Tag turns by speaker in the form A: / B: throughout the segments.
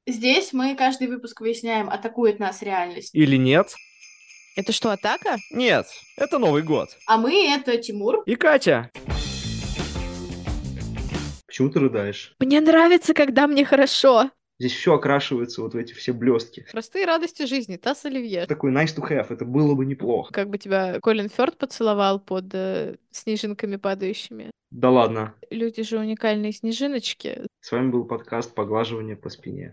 A: Здесь мы каждый выпуск выясняем, атакует нас реальность.
B: Или нет?
C: Это что, атака?
B: Нет, это Новый год.
A: А мы — это Тимур.
B: И Катя.
D: Почему ты рыдаешь?
C: Мне нравится, когда мне хорошо.
D: Здесь все окрашивается вот в эти все блестки.
C: Простые радости жизни, Тасс Оливье.
D: Такой nice to have, это было бы неплохо.
C: Как бы тебя Колин Фёрд поцеловал под снежинками падающими.
D: Да ладно.
C: Люди же уникальные снежиночки.
D: С вами был подкаст «Поглаживание по спине».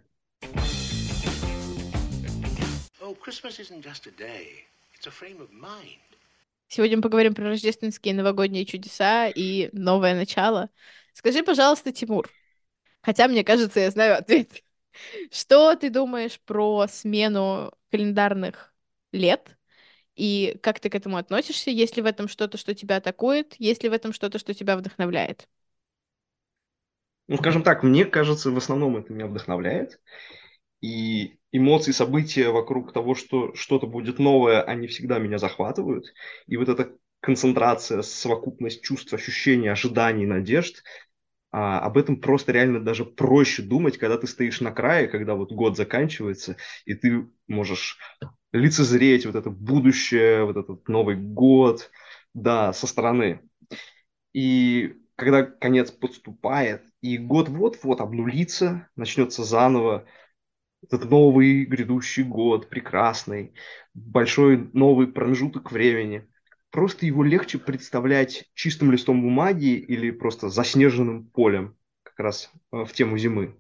E: Oh, Christmas isn't just a day. It's a frame of mind.
C: Сегодня мы поговорим про рождественские и новогодние чудеса и новое начало. Скажи, пожалуйста, Тимур, хотя мне кажется, я знаю ответ. Что ты думаешь про смену календарных лет? И как ты к этому относишься? Есть ли в этом что-то, что тебя атакует? Есть ли в этом что-то, что тебя вдохновляет?
D: Ну, скажем так, мне кажется, в основном это меня вдохновляет. И эмоции, события вокруг того, что что-то будет новое, они всегда меня захватывают. И вот эта концентрация, совокупность чувств, ощущений, ожиданий, надежд, об этом просто реально даже проще думать, когда ты стоишь на крае, когда вот год заканчивается, и ты можешь лицезреть вот это будущее, вот этот Новый год, да, со стороны. И когда конец подступает, и год вот-вот обнулится, начнется заново, этот новый грядущий год, прекрасный, большой новый промежуток времени. Просто его легче представлять чистым листом бумаги или просто заснеженным полем, как раз в тему зимы.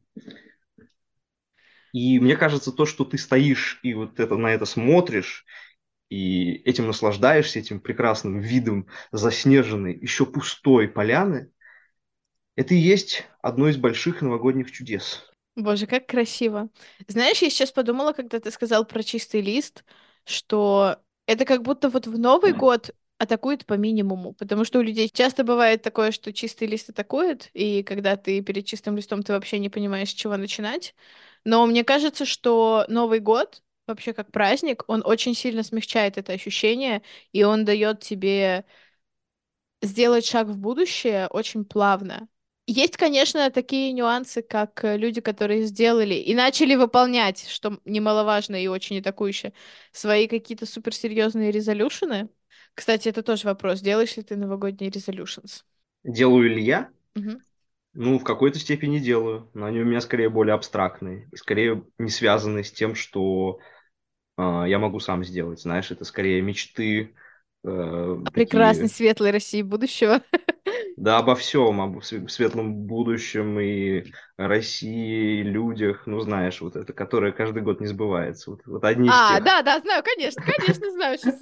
D: И мне кажется, то, что ты стоишь и вот это, на это смотришь, и этим наслаждаешься, этим прекрасным видом заснеженной, еще пустой поляны, это и есть одно из больших новогодних чудес.
C: Боже, как красиво. Знаешь, я сейчас подумала, когда ты сказал про чистый лист, что это как будто вот в Новый год атакует по минимуму, потому что у людей часто бывает такое, что чистый лист атакует, и когда ты перед чистым листом, ты вообще не понимаешь, с чего начинать. Но мне кажется, что Новый год, вообще как праздник, он очень сильно смягчает это ощущение, и он дает тебе сделать шаг в будущее очень плавно. Есть, конечно, такие нюансы, как люди, которые сделали и начали выполнять, что немаловажно и очень атакующе, свои какие-то суперсерьезные резолюшены. Кстати, это тоже вопрос. Делаешь ли ты новогодние резолюшнс?
D: Делаю ли я?
C: Мгм.
D: Ну, в какой-то степени делаю, но они у меня скорее более абстрактные, и скорее не связаны с тем, что я могу сам сделать. Знаешь, это скорее мечты
C: О прекрасной,
D: такие,
C: светлой России будущего.
D: да, обо всем, об светлом будущем и России, и людях, ну, знаешь, вот это, которое каждый год не сбывается. Вот одни из тех.
C: Да, да, знаю, конечно, конечно, знаю. Щас.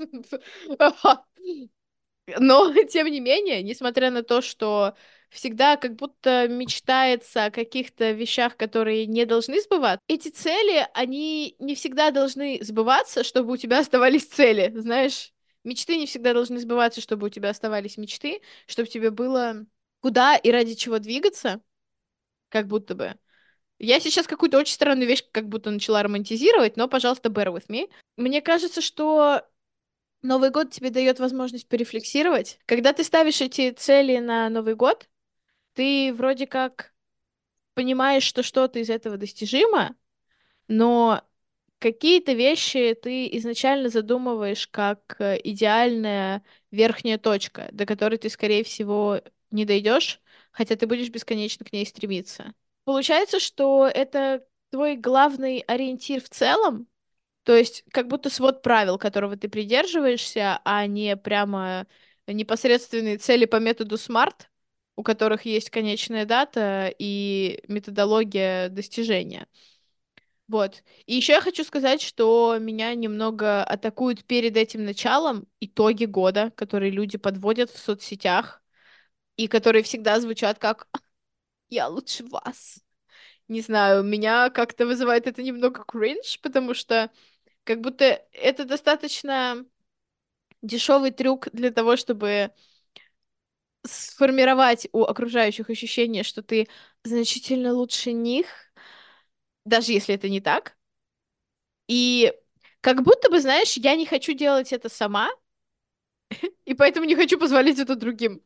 C: Но, тем не менее, несмотря на то, что всегда как будто мечтается о каких-то вещах, которые не должны сбываться, эти цели, они не всегда должны сбываться, чтобы у тебя оставались цели, знаешь? Мечты не всегда должны сбываться, чтобы у тебя оставались мечты, чтобы тебе было куда и ради чего двигаться, как будто бы. Я сейчас какую-то очень странную вещь как будто начала романтизировать, но, пожалуйста, bear with me. Мне кажется, что Новый год тебе дает возможность порефлексировать. Когда ты ставишь эти цели на Новый год, ты вроде как понимаешь, что что-то из этого достижимо, но какие-то вещи ты изначально задумываешь как идеальная верхняя точка, до которой ты, скорее всего, не дойдешь, хотя ты будешь бесконечно к ней стремиться. Получается, что это твой главный ориентир в целом, то есть как будто свод правил, которого ты придерживаешься, а не прямо непосредственные цели по методу SMART, у которых есть конечная дата и методология достижения. Вот. И еще я хочу сказать, что меня немного атакуют перед этим началом итоги года, которые люди подводят в соцсетях, и которые всегда звучат как «я лучше вас». Не знаю, меня как-то вызывает это немного кринж, потому что как будто это достаточно дешевый трюк для того, чтобы сформировать у окружающих ощущение, что ты значительно лучше них, даже если это не так. И как будто бы, знаешь, я не хочу делать это сама, и поэтому не хочу позволить это другим.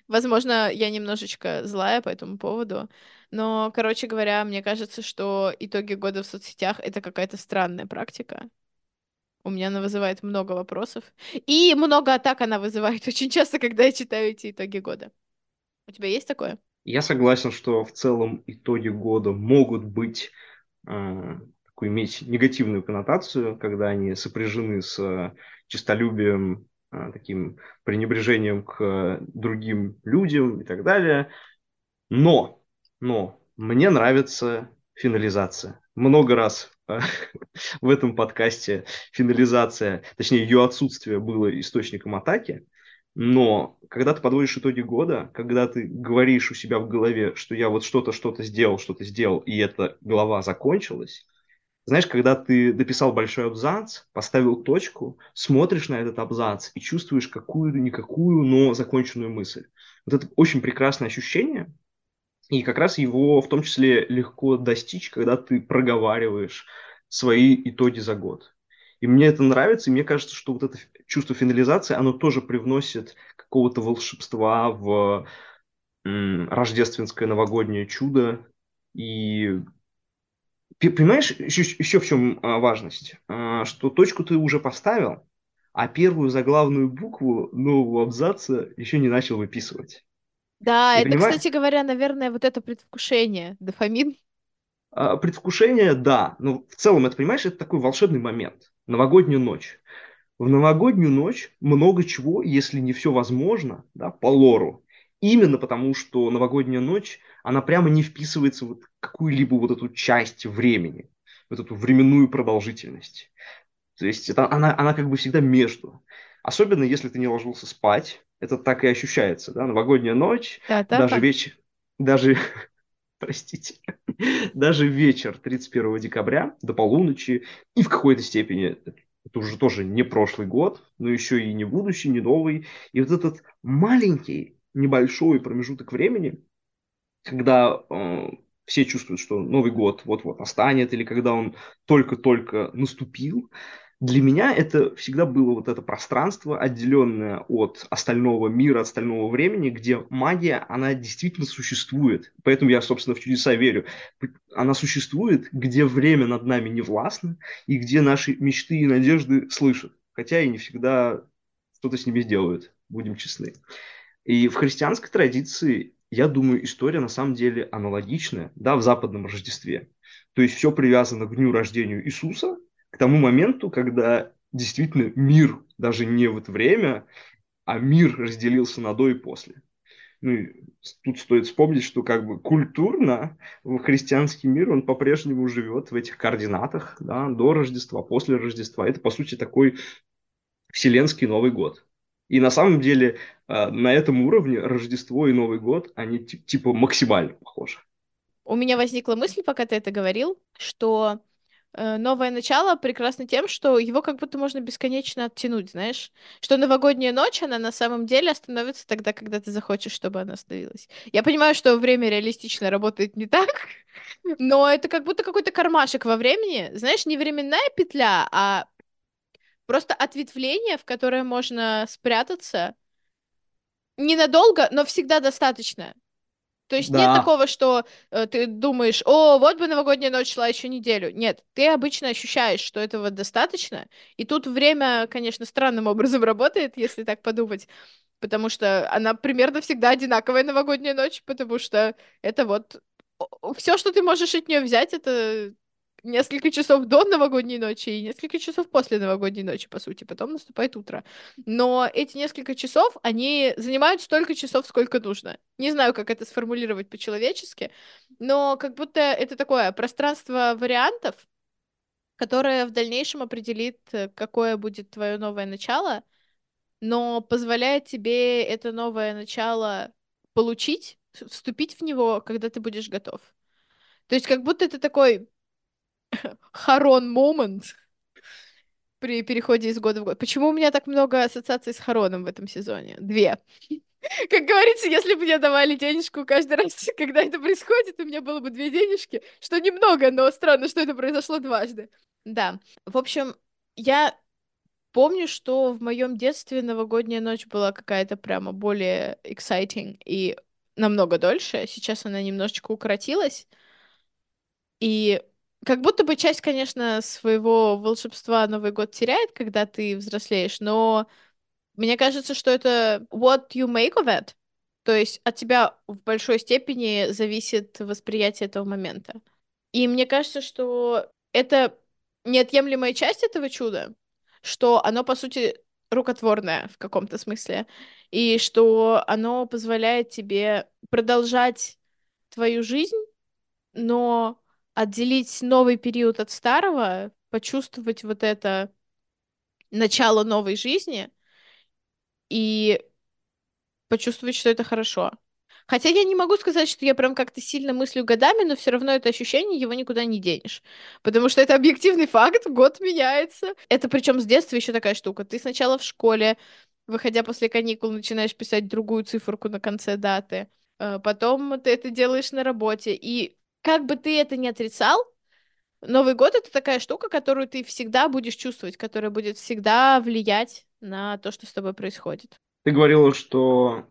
C: Возможно, я немножечко злая по этому поводу, но, короче говоря, мне кажется, что итоги года в соцсетях — это какая-то странная практика. У меня она вызывает много вопросов. И много атак она вызывает очень часто, когда я читаю эти итоги года. У тебя есть такое?
D: Я согласен, что в целом итоги года могут быть такую иметь негативную коннотацию, когда они сопряжены с честолюбием, таким пренебрежением к другим людям и так далее. Но, но мне нравится финализация. Много раз в этом подкасте финализация, точнее ее отсутствие было источником атаки. Но когда ты подводишь итоги года, когда ты говоришь у себя в голове, что я вот что-то сделал, и эта глава закончилась, знаешь, когда ты дописал большой абзац, поставил точку, смотришь на этот абзац и чувствуешь какую-никакую, но законченную мысль. Вот это очень прекрасное ощущение, и как раз его в том числе легко достичь, когда ты проговариваешь свои итоги за год. И мне это нравится, и мне кажется, что вот это чувство финализации, оно тоже привносит какого-то волшебства в рождественское новогоднее чудо. И понимаешь, еще в чем важность? Что точку ты уже поставил, а первую заглавную букву нового абзаца еще не начал выписывать.
C: Да,
D: И
C: это,
D: понимаешь,
C: кстати говоря, наверное, вот это предвкушение, дофамин.
D: предвкушение, да, но в целом, это, понимаешь, это такой волшебный момент. Новогоднюю ночь. В новогоднюю ночь много чего, если не все возможно, да, по лору. Именно потому, что новогодняя ночь, она прямо не вписывается в какую-либо вот эту часть времени, вот эту временную продолжительность. То есть она как бы всегда между. Особенно если ты не ложился спать, это так и ощущается, да, новогодняя ночь, даже
C: Та-та-та.
D: вечер, даже, простите, даже вечер 31 декабря до полуночи и в какой-то степени это уже тоже не прошлый год, но еще и не будущий, не новый. И вот этот маленький, небольшой промежуток времени, когда все чувствуют, что Новый год вот-вот настанет, или когда он только-только наступил, для меня это всегда было вот это пространство, отделенное от остального мира, от остального времени, где магия, она действительно существует. Поэтому я, собственно, в чудеса верю. Она существует, где время над нами не властно, и где наши мечты и надежды слышат. Хотя и не всегда что-то с ними сделают, будем честны. И в христианской традиции, я думаю, история на самом деле аналогичная, да, в западном Рождестве. То есть все привязано к дню рождения Иисуса, к тому моменту, когда действительно мир, даже не в это время, а мир разделился на до и после. Ну, и тут стоит вспомнить, что как бы культурно христианский мир, он по-прежнему живет в этих координатах, да, до Рождества, после Рождества. Это, по сути, такой вселенский Новый год. И на самом деле на этом уровне Рождество и Новый год, они типа максимально похожи.
C: У меня возникла мысль, пока ты это говорил, что новое начало прекрасно тем, что его как будто можно бесконечно оттянуть, знаешь? Что новогодняя ночь, она на самом деле остановится тогда, когда ты захочешь, чтобы она остановилась. Я понимаю, что время реалистично работает не так, но это как будто какой-то кармашек во времени, знаешь, не временная петля, а просто ответвление, в которое можно спрятаться ненадолго, но всегда достаточно. То есть нет
D: Да,
C: такого, что ты думаешь, о, вот бы новогодняя ночь шла еще неделю. Нет, ты обычно ощущаешь, что этого достаточно. И тут время, конечно, странным образом работает, если так подумать, потому что она примерно всегда одинаковая новогодняя ночь, потому что это вот все, что ты можешь от нее взять, это несколько часов до новогодней ночи и несколько часов после новогодней ночи, по сути. Потом наступает утро. Но эти несколько часов, они занимают столько часов, сколько нужно. Не знаю, как это сформулировать по-человечески, но как будто это такое пространство вариантов, которое в дальнейшем определит, какое будет твое новое начало, но позволяет тебе это новое начало получить, вступить в него, когда ты будешь готов. То есть как будто это такой Харон момент при переходе из года в год. Почему у меня так много ассоциаций с Хароном в этом сезоне? Две. Как говорится, если бы мне давали денежку каждый раз, когда это происходит, у меня было бы две денежки, что немного, но странно, что это произошло дважды. Да. В общем, я помню, что в моем детстве новогодняя ночь была какая-то прямо более exciting и намного дольше. Сейчас она немножечко укоротилась. И как будто бы часть, конечно, своего волшебства Новый год теряет, когда ты взрослеешь, но мне кажется, что это what you make of it. То есть от тебя в большой степени зависит восприятие этого момента. И мне кажется, что это неотъемлемая часть этого чуда, что оно, по сути, рукотворное в каком-то смысле, и что оно позволяет тебе продолжать твою жизнь, но отделить новый период от старого, почувствовать вот это начало новой жизни и почувствовать, что это хорошо. Хотя я не могу сказать, что я прям как-то сильно мыслю годами, но все равно это ощущение, его никуда не денешь. Потому что это объективный факт, год меняется. Это причем с детства еще такая штука. Ты сначала в школе, выходя после каникул, начинаешь писать другую циферку на конце даты. Потом ты это делаешь на работе. И как бы ты это ни отрицал, Новый год — это такая штука, которую ты всегда будешь чувствовать, которая будет всегда влиять на то, что с тобой происходит.
D: Ты говорила, что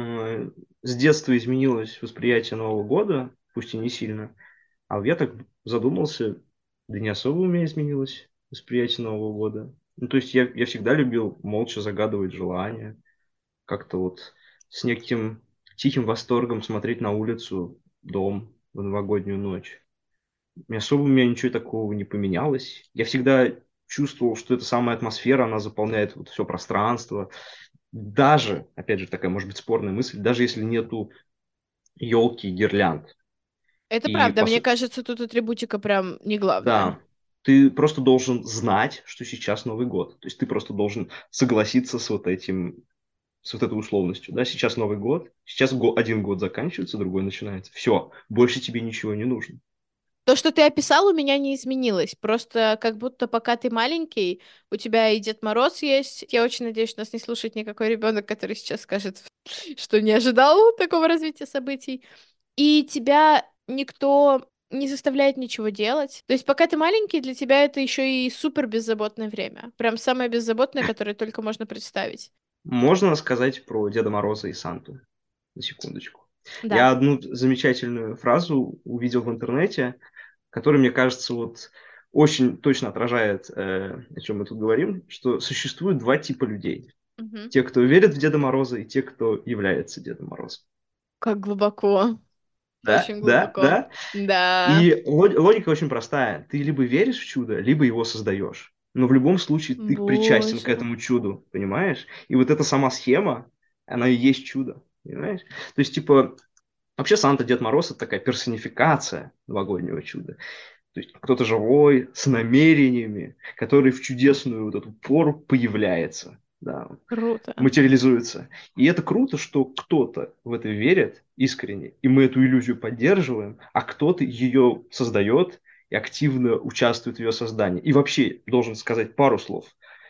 D: с детства изменилось восприятие Нового года, пусть и не сильно. А вот я так задумался, да не особо у меня изменилось восприятие Нового года. Ну, то есть я всегда любил молча загадывать желания, как-то вот с неким тихим восторгом смотреть на улицу, дом в новогоднюю ночь. И особо у меня ничего такого не поменялось. Я всегда чувствовал, что эта самая атмосфера, она заполняет вот все пространство. Даже, опять же, такая, может быть, спорная мысль, даже если нету елки и гирлянд.
C: Это
D: И
C: правда.
D: по
C: Мне
D: сути,
C: кажется, тут атрибутика прям не главное.
D: да, ты просто должен знать, что сейчас Новый год. То есть ты просто должен согласиться с вот этим, с вот этой условностью. Да, сейчас Новый год, сейчас один год заканчивается, другой начинается. Все, больше тебе ничего не нужно.
C: То, что ты описал, у меня не изменилось. Просто как будто пока ты маленький, у тебя и Дед Мороз есть. Я очень надеюсь, что нас не слушает никакой ребенок, который сейчас скажет, что не ожидал такого развития событий. И тебя никто не заставляет ничего делать. То есть пока ты маленький, для тебя это еще и супер беззаботное время. Прям самое беззаботное, которое только можно представить.
D: Можно сказать про Деда Мороза и Санту? На секундочку.
C: Да.
D: Я одну замечательную фразу увидел в интернете, которая, мне кажется, вот очень точно отражает, о чем мы тут говорим, что существует два типа людей.
C: Мгм.
D: Те, кто верит в Деда Мороза, и те, кто является Дедом Морозом.
C: Как глубоко.
D: Да,
C: Очень
D: да,
C: глубоко.
D: да.
C: Да.
D: И логика очень простая. Ты либо веришь в чудо, либо его создаешь. Но в любом случае ты причастен к
C: Боже.
D: этому чуду, понимаешь? И вот эта сама схема, она и есть чудо, понимаешь? То есть, типа, вообще Санта Дед Мороз — это такая персонификация новогоднего чуда. То есть кто-то живой, с намерениями, который в чудесную вот эту пору появляется, да,
C: Круто.
D: материализуется. И это круто, что кто-то в это верит искренне, и мы эту иллюзию поддерживаем, а кто-то ее создает и активно участвует в ее создании. И вообще, должен сказать пару слов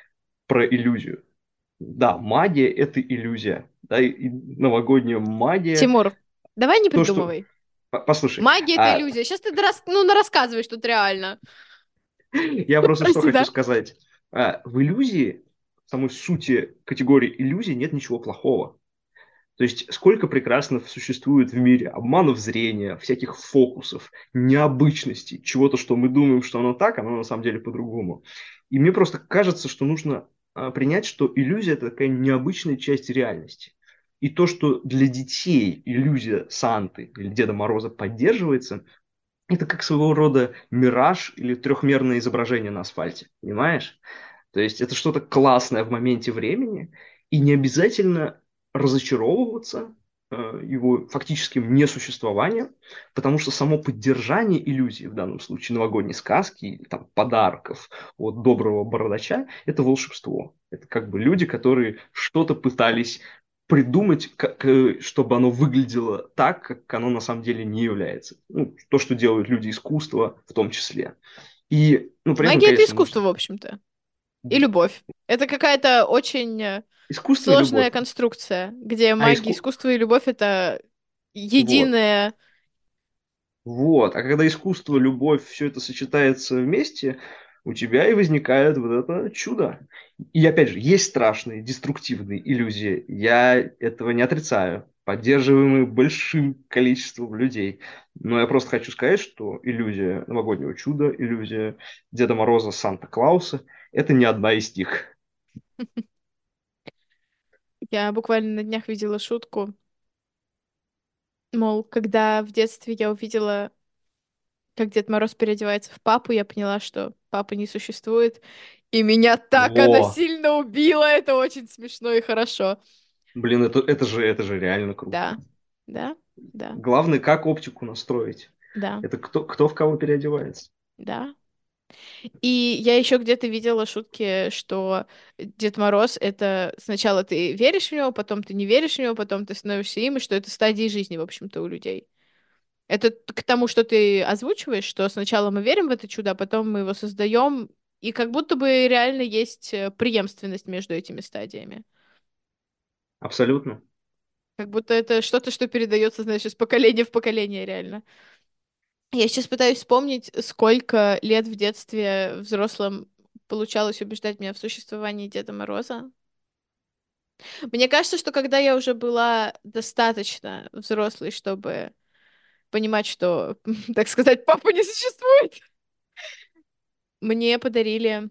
D: про иллюзию. Да, магия — это иллюзия. Да, и новогодняя магия,
C: Тимур, давай не
D: то, что...
C: придумывай.
D: Послушай,
C: Магия — это иллюзия. Сейчас ты рассказываешь тут реально.
D: я просто что
C: Прости,
D: хочу
C: да?
D: сказать. В иллюзии, в самой сути категории иллюзии нет ничего плохого. То есть сколько прекрасно существует в мире обманов зрения, всяких фокусов, необычностей, чего-то, что мы думаем, что оно так, оно на самом деле по-другому. И мне просто кажется, что нужно принять, что иллюзия — это такая необычная часть реальности. И то, что для детей иллюзия Санты или Деда Мороза поддерживается, это как своего рода мираж или трехмерное изображение на асфальте, понимаешь? То есть это что-то классное в моменте времени, и не обязательно разочаровываться его фактическим несуществованием, потому что само поддержание иллюзии, в данном случае новогодней сказки, или там, подарков от доброго бородача, это волшебство. Это как бы люди, которые что-то пытались придумать, чтобы оно выглядело так, как оно на самом деле не является. Ну, то, что делают люди искусства в том числе. И, ну, при этом,
C: Магия — это
D: конечно,
C: искусство, в общем-то. И любовь. Это какая-то очень
D: искусство и
C: сложная
D: любовь.
C: конструкция, где
D: А
C: магия, искусство и любовь — это
D: Вот.
C: единое.
D: Вот. А когда искусство, любовь, все это сочетается вместе, у тебя и возникает вот это чудо. И опять же, есть страшные, деструктивные иллюзии. Я этого не отрицаю, поддерживаемые большим количеством людей. Но я просто хочу сказать, что иллюзия новогоднего чуда, иллюзия Деда Мороза, Санта-Клауса — это не одна из них.
C: Я буквально на днях видела шутку, мол, когда в детстве я увидела, как Дед Мороз переодевается в папу, я поняла, что папы не существует, и меня так она
D: Во!
C: сильно убила, это очень смешно и хорошо.
D: Блин, это же реально круто.
C: Да, да, да,
D: Главное, как оптику настроить.
C: да,
D: Это кто в кого переодевается.
C: да. И я еще где-то видела шутки, что Дед Мороз — это сначала ты веришь в него, потом ты не веришь в него, потом ты становишься им, и что это стадии жизни, в общем-то, у людей. Это к тому, что ты озвучиваешь, что сначала мы верим в это чудо, а потом мы его создаем, и как будто бы реально есть преемственность между этими стадиями.
D: Абсолютно.
C: Как будто это что-то, что передается, знаешь, из поколения в поколение реально. Я сейчас пытаюсь вспомнить, сколько лет в детстве взрослым получалось убеждать меня в существовании Деда Мороза. Мне кажется, что когда я уже была достаточно взрослой, чтобы понимать, что, так сказать, папы не существует, мне подарили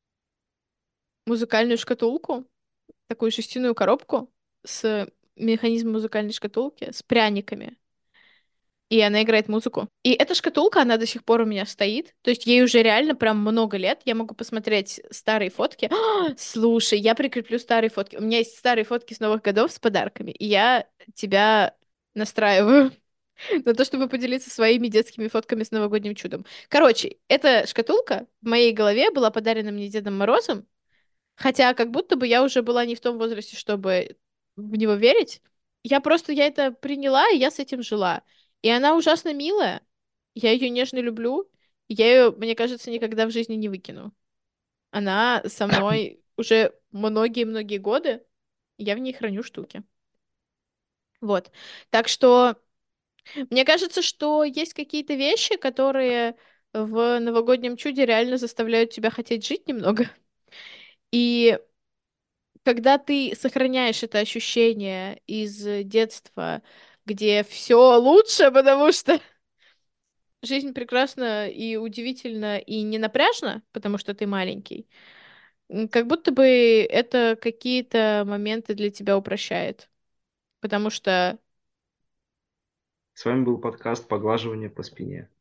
C: музыкальную шкатулку, такую жестяную коробку с механизмом музыкальной шкатулки, с пряниками. И она играет музыку. И эта шкатулка, она до сих пор у меня стоит. То есть ей уже реально прям много лет. Я могу посмотреть старые фотки. Слушай, я прикреплю старые фотки. У меня есть старые фотки с Новых годов с подарками. И я тебя настраиваю на то, чтобы поделиться своими детскими фотками с новогодним чудом. Короче, эта шкатулка в моей голове была подарена мне Дедом Морозом, хотя как будто бы я уже была не в том возрасте, чтобы в него верить. Я это приняла, и я с этим жила. И она ужасно милая. Я ее нежно люблю. И я ее, мне кажется, никогда в жизни не выкину. Она со мной уже многие-многие годы. И я в ней храню штуки. Вот. Так что мне кажется, что есть какие-то вещи, которые в новогоднем чуде реально заставляют тебя хотеть жить немного. И когда ты сохраняешь это ощущение из детства, где все лучше, потому что жизнь прекрасна и удивительна и не напряжна, потому что ты маленький, как будто бы это какие-то моменты для тебя упрощает. Потому что
D: С вами был подкаст «Поглаживание по спине».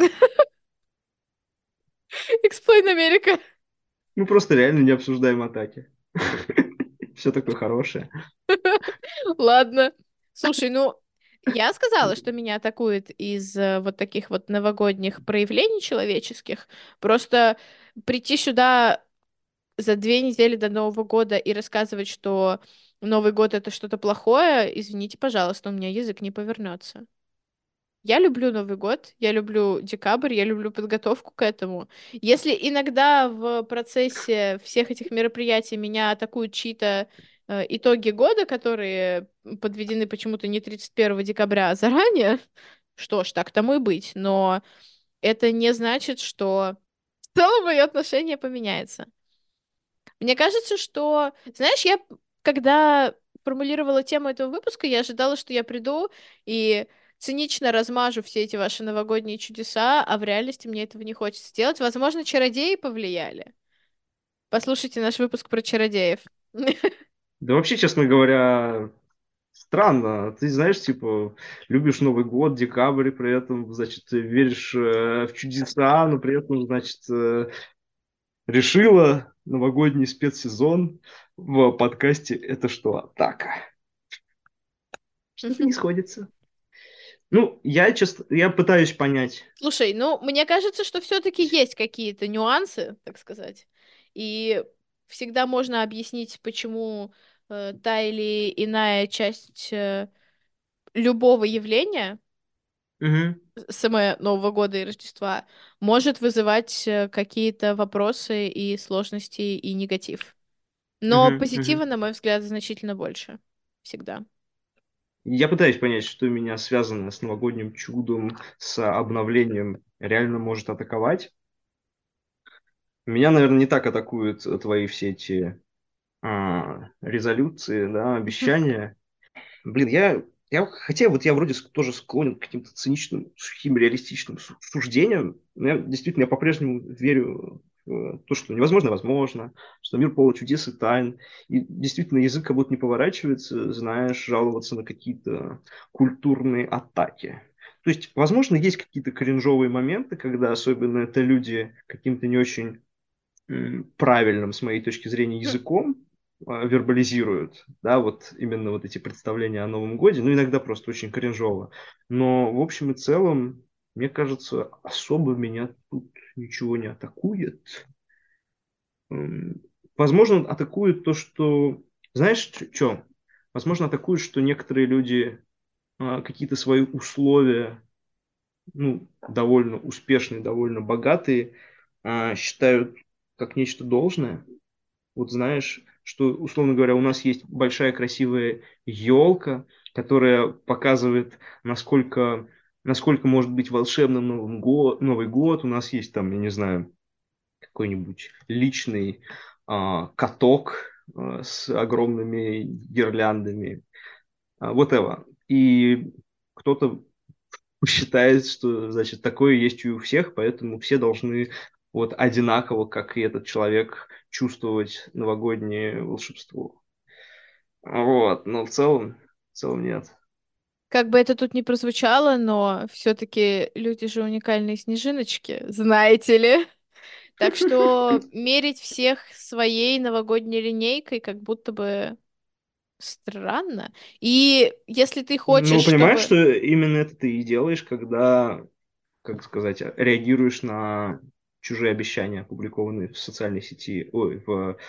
C: Explain America.
D: Мы просто реально не обсуждаем атаки. Все такое хорошее.
C: Ладно. Слушай, ну, я сказала, что меня атакует из вот таких вот новогодних проявлений человеческих. Просто прийти сюда за 2 недели до Нового года и рассказывать, что Новый год — это что-то плохое, извините, пожалуйста, у меня язык не повернется. Я люблю Новый год, я люблю декабрь, я люблю подготовку к этому. Если иногда в процессе всех этих мероприятий меня атакуют чьи-то итоги года, которые подведены почему-то не 31 декабря, а заранее, что ж, так тому и быть. Но это не значит, что в целом мое отношение поменяется. Мне кажется, что, знаешь, когда формулировала тему этого выпуска, я ожидала, что я приду и цинично размажу все эти ваши новогодние чудеса, а в реальности мне этого не хочется делать. Возможно, чародеи повлияли. Послушайте наш выпуск про чародеев.
D: Да вообще, честно говоря, странно. Ты знаешь, типа, любишь Новый год, декабрь, при этом, значит, веришь в чудеса, но при этом, значит, решила новогодний спецсезон в подкасте «Это что, атака?» Что-то не сходится. Ну, я пытаюсь понять.
C: Слушай, ну, мне кажется, что все-таки есть какие-то нюансы, так сказать. И всегда можно объяснить, почему та или иная часть любого явления,
D: Мгм,
C: самое Нового года и Рождества, может вызывать какие-то вопросы и сложности и негатив. Но
D: мгм, мгм.
C: позитива, на мой взгляд, значительно больше. Всегда.
D: Я пытаюсь понять, что меня связано с новогодним чудом, с обновлением, реально может атаковать. Меня, наверное, не так атакуют твои все эти резолюции, да, обещания. Блин, хотя вот я вроде тоже склонен к каким-то циничным, сухим, реалистичным суждениям, но я по-прежнему верю в то, что невозможно, возможно, что мир полон чудес и тайн. И действительно язык как будто не поворачивается, знаешь, жаловаться на какие-то культурные атаки. То есть, возможно, есть какие-то кринжовые моменты, когда особенно это люди каким-то не очень правильным, с моей точки зрения, языком вербализируют, да, вот именно вот эти представления о Новом Годе, ну, иногда просто очень кринжово. Но в общем и целом, мне кажется, особо меня тут ничего не атакует. М, Возможно, атакует то, что... Знаешь, что? Возможно, атакует, что некоторые люди какие-то свои условия, ну, довольно успешные, довольно богатые, считают как нечто должное. Вот знаешь, что, условно говоря, у нас есть большая красивая елка, которая показывает, насколько может быть волшебным Новый год. У нас есть там, я не знаю, какой-нибудь личный каток с огромными гирляндами. Whatever. И кто-то считает, что, значит, такое есть и у всех, поэтому все должны вот одинаково, как и этот человек, чувствовать новогоднее волшебство. Вот, но в целом нет.
C: Как бы это тут ни прозвучало, но все-таки люди же уникальные снежиночки, знаете ли. Так что мерить всех своей новогодней линейкой как будто бы странно. И если ты хочешь,
D: Ну, понимаешь,
C: чтобы...
D: что именно это ты и делаешь, когда, как сказать, реагируешь на чужие обещания, опубликованные в социальной сети, ой,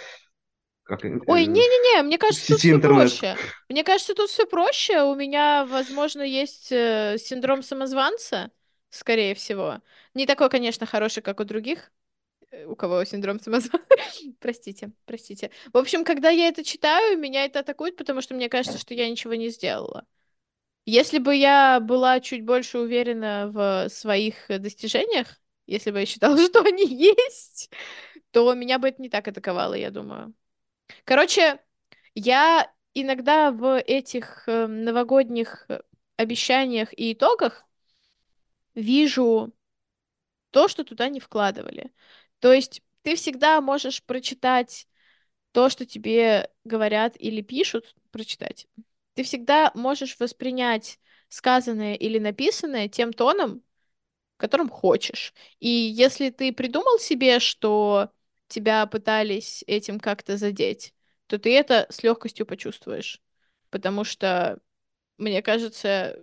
C: Ой, не-не-не, мне
D: в
C: кажется, тут
D: сети
C: все
D: интернет.
C: проще. Мне кажется, тут все проще. У меня, возможно, есть синдром самозванца, скорее всего. Не такой, конечно, хороший, как у других, у кого синдром самозванца. Простите, простите. В общем, когда я это читаю, меня это атакует, потому что мне кажется, что я ничего не сделала. Если бы я была чуть больше уверена в своих достижениях, если бы я считала, что они есть, то меня бы это не так атаковало, я думаю. Короче, я иногда в этих новогодних обещаниях и итогах вижу то, что туда не вкладывали. То есть ты всегда можешь прочитать то, что тебе говорят или пишут, прочитать. Ты всегда можешь воспринять сказанное или написанное тем тоном, которым хочешь. И если ты придумал себе, что тебя пытались этим как-то задеть, то ты это с легкостью почувствуешь. Потому что, мне кажется,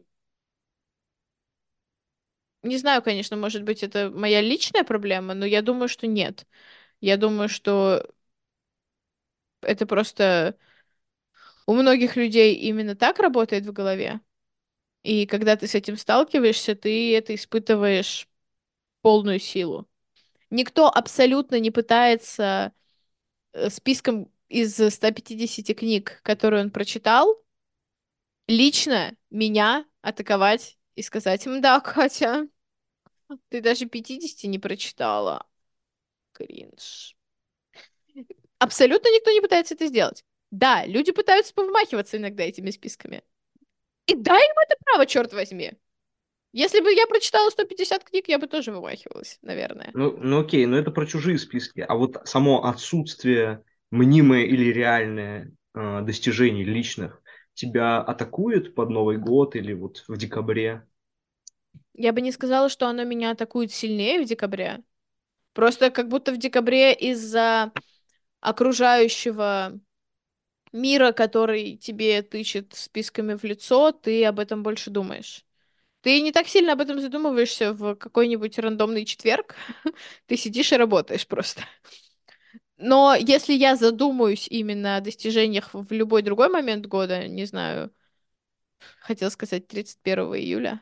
C: не знаю, конечно, может быть, это моя личная проблема, но я думаю, что нет. Я думаю, что это просто у многих людей именно так работает в голове. И когда ты с этим сталкиваешься, ты это испытываешь в полную силу. Никто абсолютно не пытается списком из 150 книг, которые он прочитал, лично меня атаковать и сказать, да, Катя, ты даже 50 не прочитала. Кринж. Абсолютно никто не пытается это сделать. Да, люди пытаются повмахиваться иногда этими списками. И дай им это право, черт возьми. Если бы я прочитала 150 книг, я бы тоже вымахивалась, наверное.
D: Ну окей, но это про чужие списки. А вот само отсутствие мнимое или реальное достижений личных тебя атакует под Новый год или вот в декабре?
C: Я бы не сказала, что оно меня атакует сильнее в декабре. Просто как будто в декабре из-за окружающего мира, который тебе тычет списками в лицо, ты об этом больше думаешь. Ты не так сильно об этом задумываешься в какой-нибудь рандомный четверг. Ты сидишь и работаешь просто. Но если я задумаюсь именно о достижениях в любой другой момент года, не знаю, хотел сказать 31 июля,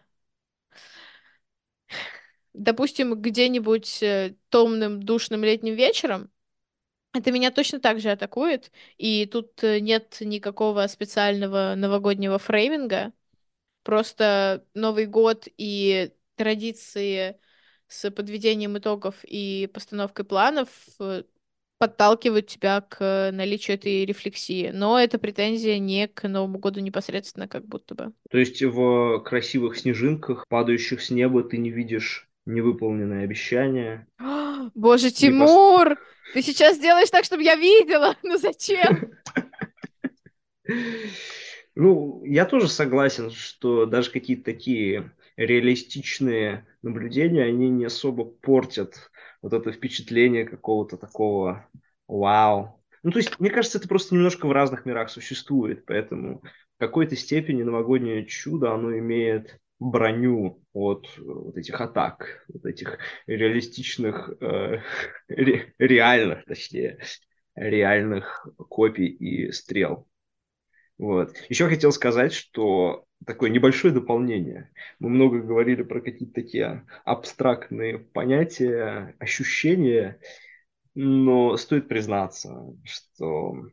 C: допустим, где-нибудь томным, душным летним вечером, это меня точно так же атакует, и тут нет никакого специального новогоднего фрейминга. Просто Новый год и традиции, с подведением итогов и постановкой планов подталкивают тебя к наличию этой рефлексии. Но эта претензия не к Новому году непосредственно, как будто бы.
D: То есть в красивых снежинках, падающих с неба, ты не видишь невыполненные обещания,
C: Боже,
D: не пос-
C: Тимур! Ты сейчас делаешь так, чтобы я видела! Ну зачем?
D: Ну, я тоже согласен, что даже какие-то такие реалистичные наблюдения, они не особо портят вот это впечатление какого-то такого вау. Ну, то есть, мне кажется, это просто немножко в разных мирах существует, поэтому в какой-то степени новогоднее чудо, оно имеет броню от вот этих атак, вот этих реалистичных, реальных, точнее, реальных копий и стрел. Вот. Еще хотел сказать, что такое небольшое дополнение. Мы много говорили про какие-то такие абстрактные понятия, ощущения, но стоит признаться, что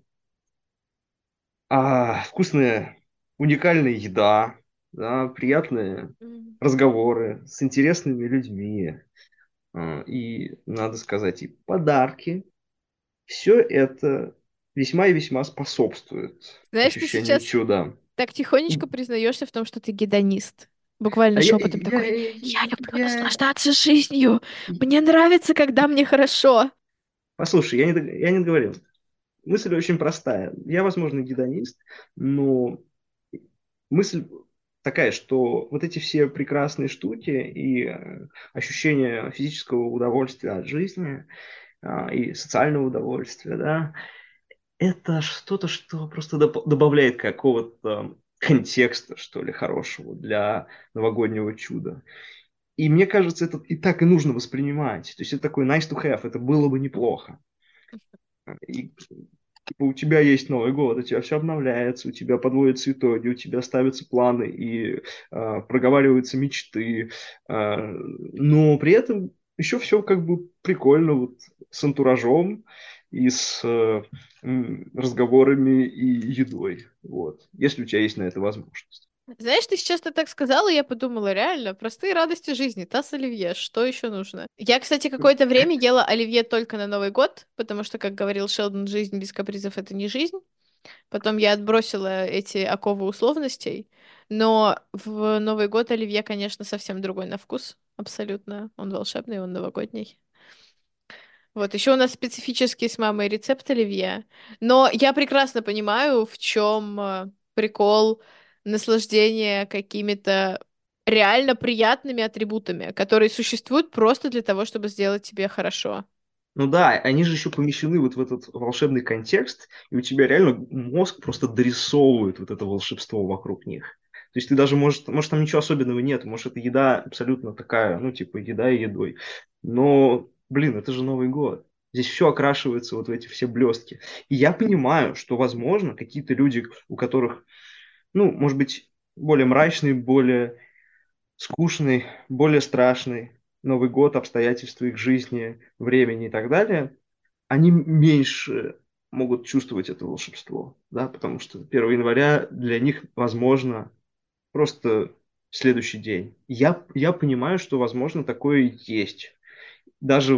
D: вкусная, уникальная еда, да, приятные
C: М.
D: разговоры с интересными людьми, и, надо сказать, и подарки, все это весьма и весьма способствует
C: Знаешь, ты
D: ощущению
C: сейчас
D: чуда.
C: так тихонечко признаешься в том, что ты гедонист. Буквально
D: А я,
C: шепотом
D: я,
C: такой: я люблю
D: я,
C: наслаждаться жизнью.
D: я-
C: Мне нравится, когда мне хорошо.
D: Послушай, я не договорил. Мысль очень простая. Я, возможно, гедонист, но мысль такая, что вот эти все прекрасные штуки и ощущение физического удовольствия от жизни и социального удовольствия, да, это что-то, что просто добавляет какого-то контекста, что ли, хорошего для новогоднего чуда. И мне кажется, это и так и нужно воспринимать. То есть это такой nice to have, это было бы неплохо. И типа, у тебя есть Новый год, у тебя все обновляется, у тебя подводятся итоги, у тебя ставятся планы и проговариваются мечты, но при этом еще все как бы прикольно вот с антуражом и с разговорами и едой, вот, если у тебя есть на это возможность.
C: Знаешь, ты сейчас так сказала, и я подумала, реально, простые радости жизни, таз оливье, что еще нужно? Я, кстати, какое-то время ела оливье только на Новый год, потому что, как говорил Шелдон, жизнь без капризов — это не жизнь. Потом я отбросила эти оковы условностей, но в Новый год оливье, конечно, совсем другой на вкус, абсолютно. Он волшебный, он новогодний. Вот, еще у нас специфический с мамой рецепт оливье. Но я прекрасно понимаю, в чем прикол наслаждения какими-то реально приятными атрибутами, которые существуют просто для того, чтобы сделать тебе хорошо.
D: Ну да, они же еще помещены вот в этот волшебный контекст, и у тебя реально мозг просто дорисовывает вот это волшебство вокруг них. То есть ты даже, может там ничего особенного нет, может это еда абсолютно такая, ну типа еда и едой. Но, блин, это же Новый год. Здесь все окрашивается вот в эти все блестки. И я понимаю, что, возможно, какие-то люди, у которых, ну, может быть, более мрачный, более скучный, более страшный Новый год, обстоятельства их жизни, времени и так далее, они меньше могут чувствовать это волшебство, да, потому что 1 января для них, возможно, просто следующий день. Я понимаю, что, возможно, такое есть. Даже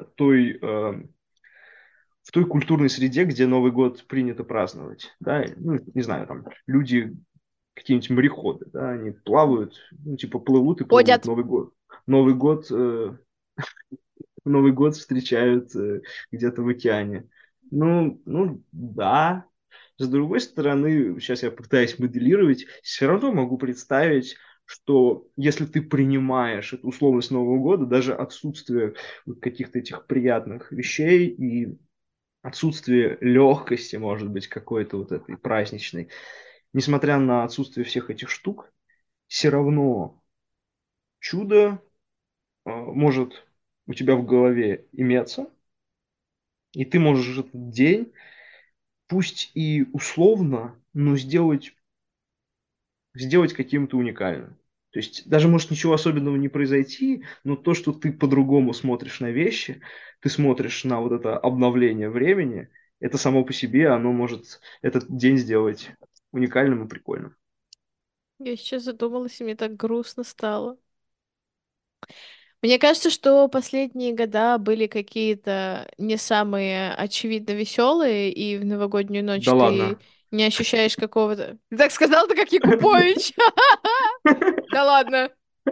D: в той культурной среде, где Новый год принято праздновать, да, ну, не знаю, там, люди, какие-нибудь мореходы, да, они плавают, ну, типа, плывут и плывут
C: Ходят.
D: Новый год. Новый год Новый год встречают где-то в океане. Ну, да. С другой стороны, сейчас я пытаюсь моделировать, все равно могу представить, что если ты принимаешь эту условность Нового года, даже отсутствие вот каких-то этих приятных вещей и отсутствие легкости, может быть, какой-то вот этой праздничной, несмотря на отсутствие всех этих штук, все равно чудо может у тебя в голове иметься, и ты можешь этот день, пусть и условно, но сделать каким-то уникальным. То есть даже может ничего особенного не произойти, но то, что ты по-другому смотришь на вещи, ты смотришь на вот это обновление времени, это само по себе, оно может этот день сделать уникальным и прикольным.
C: Я сейчас задумалась, и мне так грустно стало. Мне кажется, что последние года были какие-то не самые очевидно веселые, и в новогоднюю ночь
D: Да
C: ты
D: ладно.
C: не ощущаешь какого-то... Ты так сказал-то, как Якупович! Да ладно.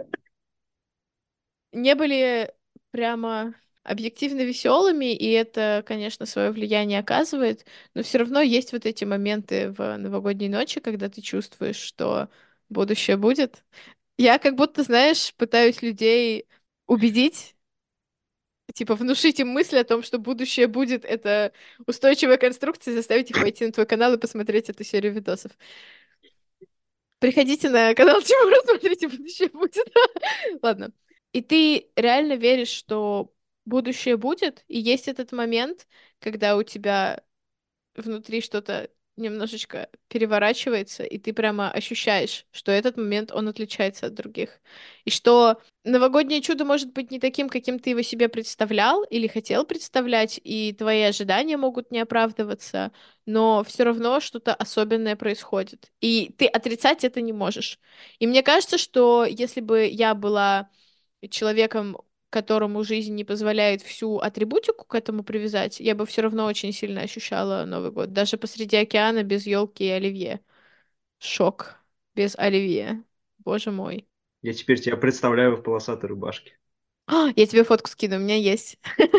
C: Не были прямо объективно веселыми, и это, конечно, свое влияние оказывает, но все равно есть вот эти моменты в новогодней ночи, когда ты чувствуешь, что будущее будет. Я как будто, знаешь, пытаюсь людей убедить, типа внушить им мысль о том, что будущее будет, это устойчивая конструкция, заставить их пойти на твой канал и посмотреть эту серию видосов. Приходите на канал Тимура, смотрите, будущее будет. Ладно. И ты реально веришь, что будущее будет, и есть этот момент, когда у тебя внутри что-то немножечко переворачивается, и ты прямо ощущаешь, что этот момент, он отличается от других. И что новогоднее чудо может быть не таким, каким ты его себе представлял или хотел представлять, и твои ожидания могут не оправдываться, но все равно что-то особенное происходит. И ты отрицать это не можешь. И мне кажется, что если бы я была человеком, которому жизнь не позволяет всю атрибутику к этому привязать, я бы все равно очень сильно ощущала Новый год. Даже посреди океана без елки и оливье. Шок. Без оливье. Боже мой.
D: Я теперь тебя представляю в полосатой рубашке.
C: Я тебе фотку скину, у меня есть.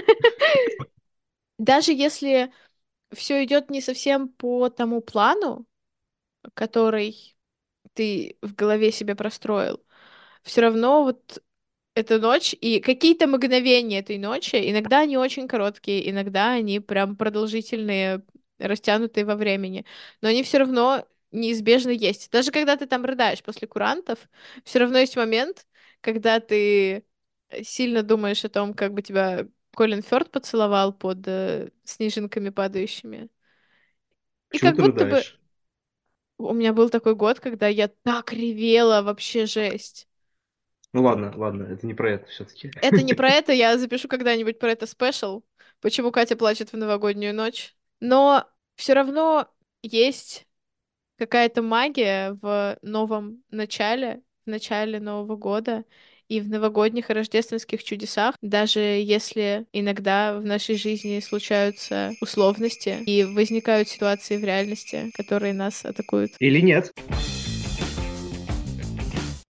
C: Даже если все идет не совсем по тому плану, который ты в голове себе простроил, все равно вот эта ночь и какие-то мгновения этой ночи, иногда они очень короткие, иногда они прям продолжительные, растянутые во времени, но они все равно неизбежно есть. Даже когда ты там рыдаешь после курантов, все равно есть момент, когда ты сильно думаешь о том, как бы тебя Колин Фёрд поцеловал под снежинками падающими. И
D: Почему
C: как
D: ты
C: будто бы
D: рыдаешь?
C: у меня был такой год, когда я так ревела, вообще жесть.
D: Ну ладно, ладно, это не про это все-таки.
C: Это не про это, я запишу когда-нибудь про это спешл, почему Катя плачет в новогоднюю ночь. Но все равно есть какая-то магия в новом начале, в начале Нового года и в новогодних и рождественских чудесах, даже если иногда в нашей жизни случаются условности и возникают ситуации в реальности, которые нас атакуют.
D: Или нет?